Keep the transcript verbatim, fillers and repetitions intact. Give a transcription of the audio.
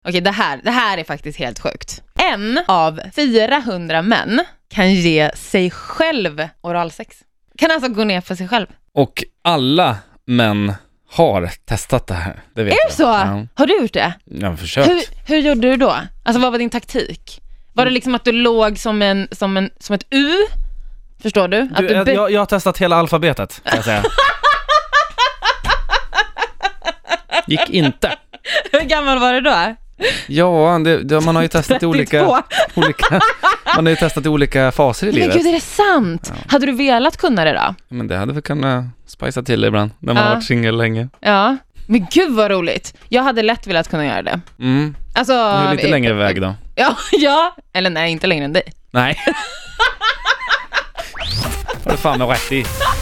Okej, det här, det här är faktiskt helt sjukt. En av fyrahundra män kan ge sig själv oralsex. Kan alltså gå ner för sig själv. Och alla män har testat det här. Det vet är det så? Ja. Har du gjort det? Jag har försökt. Hur, hur gjorde du då? Alltså vad var din taktik? Var det liksom att du låg som, en, som, en, som ett U? Förstår du? Att du, du be- jag, jag har testat hela alfabetet, kan jag säga. Gick inte. Hur gammal var du då? Ja, det, det, man har ju testat i olika, olika man har ju testat i olika faser i Men livet. gud, är det sant? Ja. Hade du velat kunna det då? Men det hade vi kunnat spicea till ibland när man Ja. har varit singel länge. Ja. Men gud vad roligt. Jag hade lätt velat kunna göra det. Mm. Alltså, Nu är det lite vi, längre väg då. Ja, ja. Eller nej, inte längre än dig. Nej. Har du fan med rätt i.